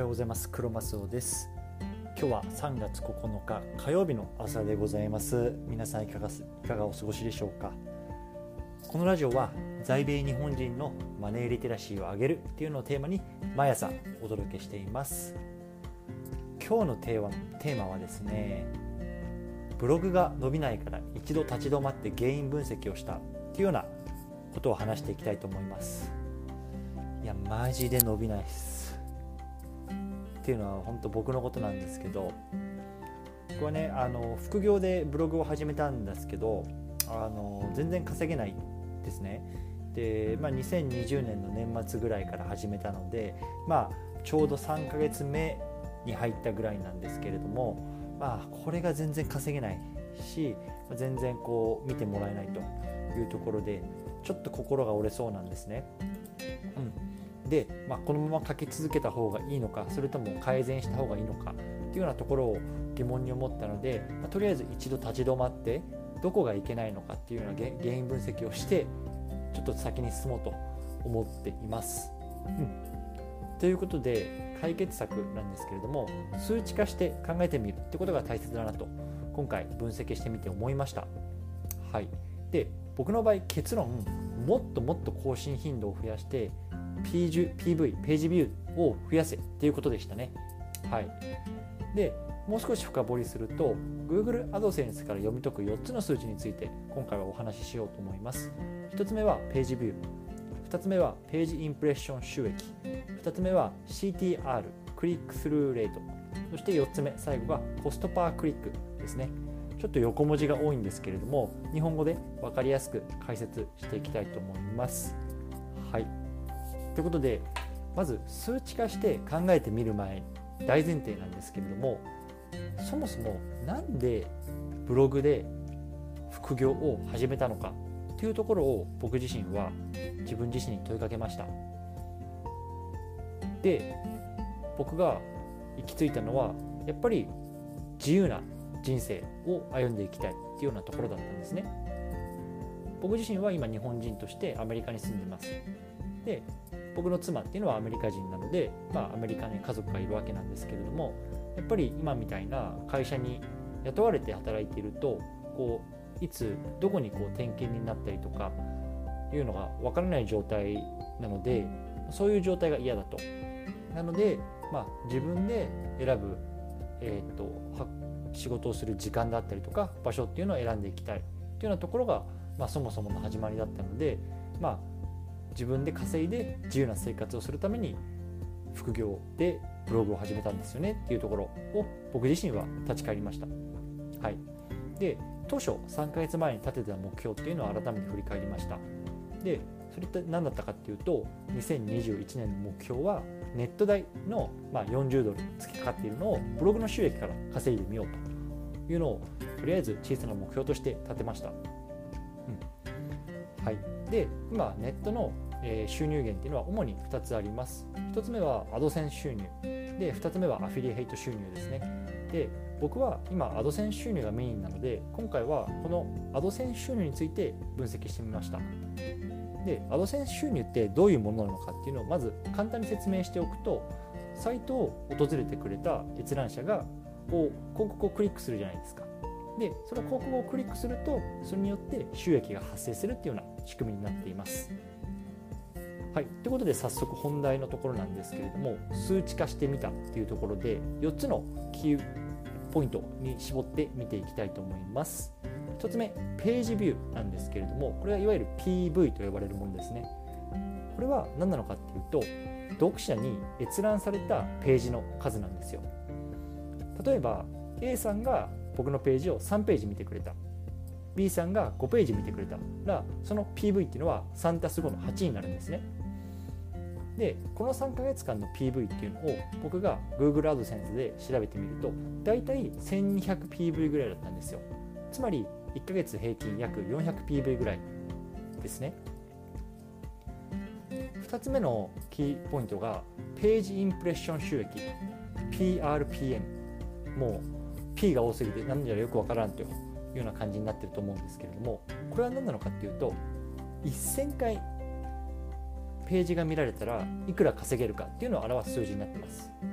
ようございます。クロマスオです。今日は3月9日火曜日の朝でございます。皆さんいかがお過ごしでしょうか。このラジオは在米日本人のマネーリテラシーを上げるっていうのをテーマに毎朝お届けしています。今日のテーマはですね、ブログが伸びないから一度立ち止まって原因分析をしたっていうようなことを話していきたいと思います。いやマジで伸びないですっていうのは本当僕のことなんですけど、僕はね副業でブログを始めたんですけど全然稼げないですね。で、2020年の年末ぐらいから始めたので、ちょうど3ヶ月目に入ったぐらいなんですけれども、これが全然稼げないし、全然見てもらえないというところでちょっと心が折れそうなんですね。で、このまま書き続けた方がいいのか、それとも改善した方がいいのかっていうようなところを疑問に思ったので、とりあえず一度立ち止まってどこがいけないのかっていうような原因分析をしてちょっと先に進もうと思っています。ということで解決策なんですけれども、数値化して考えてみるってことが大切だなと今回分析してみて思いました。で、僕の場合結論、もっともっと更新頻度を増やしてPV、ページビューを増やせっていうことでしたね。で、もう少し深掘りすると Google AdSense から読み解く4つの数値について今回はお話ししようと思います。1つ目はページビュー、2つ目はページインプレッション収益、2つ目は CTR クリックスルーレート、そして4つ目最後がコストパークリックですね。ちょっと横文字が多いんですけれども、日本語で分かりやすく解説していきたいと思います。ということで、まず数値化して考えてみる前に大前提なんですけれども、そもそもなんでブログで副業を始めたのかというところを僕自身は自分自身に問いかけました。で、僕が行き着いたのはやっぱり自由な人生を歩んでいきたいっていうようなところだったんですね。僕自身は今日本人としてアメリカに住んでます。で、僕の妻っていうのはアメリカ人なので、アメリカに家族がいるわけなんですけれども、やっぱり今みたいな会社に雇われて働いているといつどこに転勤になったりとかいうのが分からない状態なので、そういう状態が嫌だと。なので、自分で選ぶ、仕事をする時間だったりとか場所っていうのを選んでいきたいというようなところが、そもそもの始まりだったので、自分で稼いで自由な生活をするために副業でブログを始めたんですよねっていうところを僕自身は立ち返りました。で、当初3ヶ月前に立てた目標っていうのを改めて振り返りました。で、それって何だったかっていうと、2021年の目標はネット代の$40月かかっているのをブログの収益から稼いでみようというのをとりあえず小さな目標として立てました。で、今ネットの収入源っていうのは主に2つあります。1つ目はアドセンス収入で、2つ目はアフィリエイト収入ですね。で、僕は今アドセンス収入がメインなので、今回はこのアドセンス収入について分析してみました。で、アドセンス収入ってどういうものなのかっていうのをまず簡単に説明しておくと、サイトを訪れてくれた閲覧者が広告をクリックするじゃないですか。で、その広告をクリックすると、それによって収益が発生するっていうような仕組みになっています。ということで早速本題のところなんですけれども、数値化してみたというところで4つのキーポイントに絞って見ていきたいと思います。1つ目、ページビューなんですけれども、これはいわゆる PV と呼ばれるものですね。これは何なのかっていうと、読者に閲覧されたページの数なんですよ。例えば A さんが僕のページを3ページ見てくれた、 B さんが5ページ見てくれたら、その PV っていうのは 3+5 の8になるんですね。で、この3ヶ月間の PV っていうのを僕が Google AdSense で調べてみると、だいたい 1200PV ぐらいだったんですよ。つまり1ヶ月平均約 400PV ぐらいですね。2つ目のキーポイントがページインプレッション収益 PRPM。 もう P が多すぎて何じゃよくわからんというような感じになっていると思うんですけれども、これは何なのかっていうと、1000回ページが見られたらいくら稼げるかっていうのを表す数字になっています。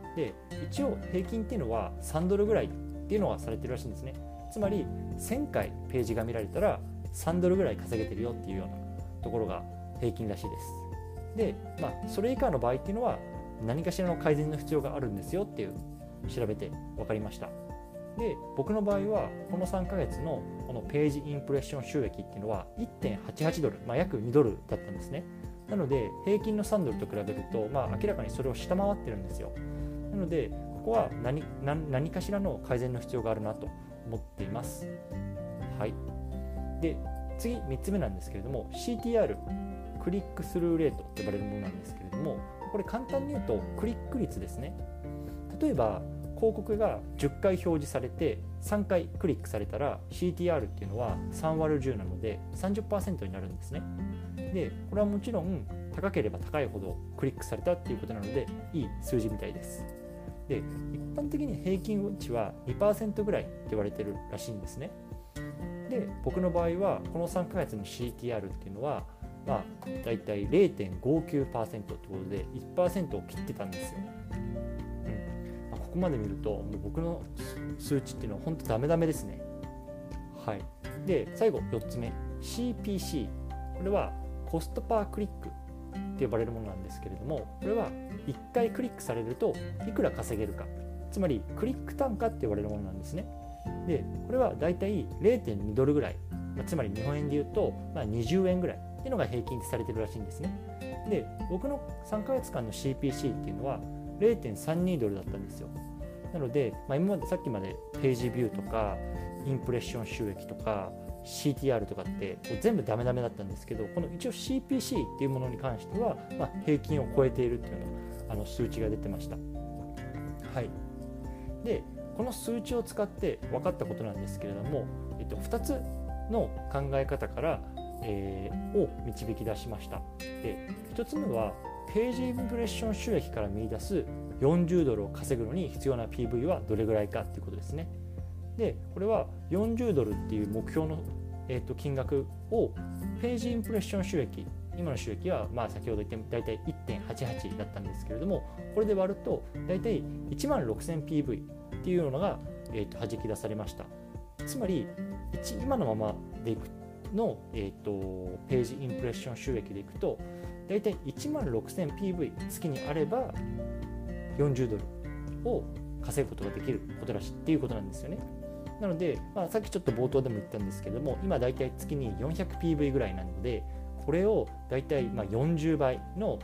で一応平均っていうのは3ドルぐらいっていうのがされてるらしいんですね。つまり1000回ページが見られたら3ドルぐらい稼げてるよっていうようなところが平均らしいです。で、それ以下の場合っていうのは何かしらの改善の必要があるんですよっていう調べて分かりました。で、僕の場合はこの3ヶ月のこのページインプレッション収益っていうのは 1.88 ドル、約2ドルだったんですね。なので平均の3ドルと比べると、明らかにそれを下回ってるんですよ。なのでここは何かしらの改善の必要があるなと思っています。はい。で、次3つ目なんですけれども CTR、クリックスルーレートと呼ばれるものなんですけれども、これ簡単に言うとクリック率ですね。例えば広告が10回表示されて3回クリックされたら CTR っていうのは3割る10なので 30% になるんですね。で、これはもちろん高ければ高いほどクリックされたっていうことなのでいい数字みたいです。で、一般的に平均値は 2% ぐらいって言われてるらしいんですね。で、僕の場合はこの3ヶ月の CTR っていうのはだいたい 0.59% ということで 1% を切ってたんですよ。ここまで見るともう僕の数値っていうのは本当ダメダメですね。はい。で、最後4つ目 CPC、 これはコストパークリックって呼ばれるものなんですけれども、これは1回クリックされるといくら稼げるか、つまりクリック単価って呼ばれるものなんですね。で、これはだいたい 0.2 ドルぐらい、つまり日本円で言うと20円ぐらいっていうのが平均されてるらしいんですね。で、僕の3ヶ月間の CPC っていうのは 0.32 ドルだったんですよ。なので、今までさっきまでページビューとかインプレッション収益とか CTR とかって全部ダメダメだったんですけど、この一応 CPC っていうものに関しては、平均を超えているっていうような数値が出てました。はい。で、この数値を使って分かったことなんですけれども、2つの考え方からを導き出しました。で、1つ目はページインプレッション収益から見出す40ドルを稼ぐのに必要な PV はどれぐらいかということですね。で、これは40ドルっていう目標の、金額をページインプレッション収益、今の収益は先ほど言っただいたい 1.88 だったんですけれども、これで割るとだいたい 16,000PV っていうのが、弾き出されました。つまり今のままでいくの、ページインプレッション収益でいくとだいたい 16,000PV 月にあれば40ドルを稼ぐことができることらしいっていうことなんですよね。なので、さっきちょっと冒頭でも言ったんですけども、今だいたい月に 400PV ぐらいなので、これをだいたい40倍の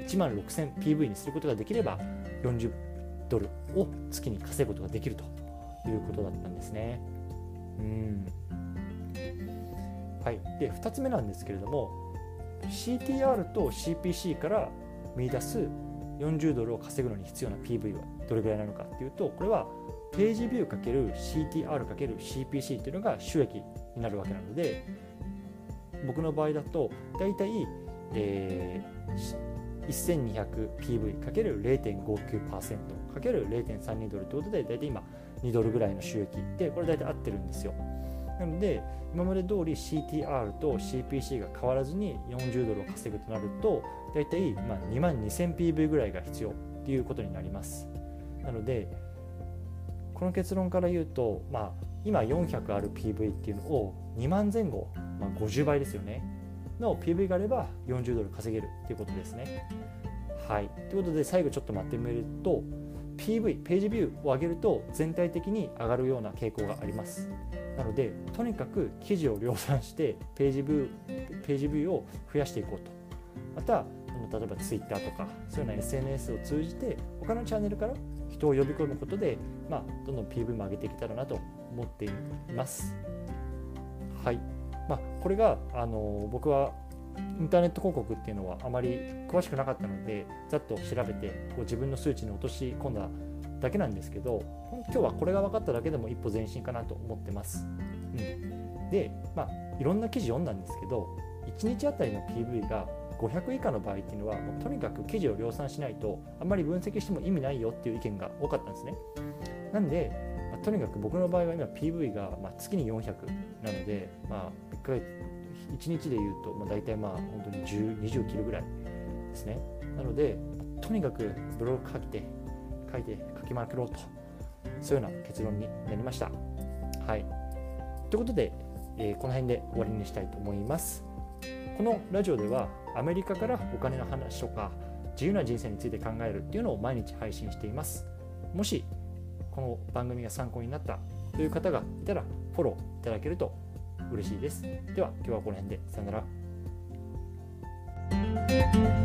16,000PV にすることができれば40ドルを月に稼ぐことができるということだったんですね。はい。で、2つ目なんですけれども、CTR と CPC から見出す40ドルを稼ぐのに必要な PV はどれぐらいなのかっていうと、これはページビュー ×CTR×CPC っていうのが収益になるわけなので、僕の場合だとだいたい 1200PV×0.59%×0.32 ドルということで、だいたい今2ドルぐらいの収益で、これだいたい合ってるんですよ。なので今まで通り CTR と CPC が変わらずに40ドルを稼ぐとなると、だいたい22,000PV ぐらいが必要っていうことになります。なのでこの結論から言うと、今400ある PV っていうのを2万前後、50倍ですよねの PV があれば40ドル稼げるっていうことですね。はい。ということで最後ちょっとまとめると、PV、ページビューを上げると全体的に上がるような傾向があります。なのでとにかく記事を量産してページビューを増やしていこうと。また例えば Twitter とかそういうような SNS を通じて他のチャンネルから人を呼び込むことで、どんどん PV も上げていけたらなと思っています。はい。これが僕はインターネット広告っていうのはあまり詳しくなかったので、ざっと調べて自分の数値に落とし込んだだけなんですけど、今日はこれが分かっただけでも一歩前進かなと思ってます。で、いろんな記事読んだんですけど、1日あたりの PV が500以下の場合っていうのはもうとにかく記事を量産しないとあんまり分析しても意味ないよっていう意見が多かったんですね。なんで、とにかく僕の場合は今 PV が月に400なので、1日でいうと大体本当に20キロぐらいですね。なのでとにかくブログ書書きまくろうと、そういうような結論になりました。はい。ということで、この辺で終わりにしたいと思います。このラジオではアメリカからお金の話とか自由な人生について考えるっていうのを毎日配信しています。もしこの番組が参考になったという方がいたらフォローいただけると嬉しいです。では今日はこの辺でさよなら。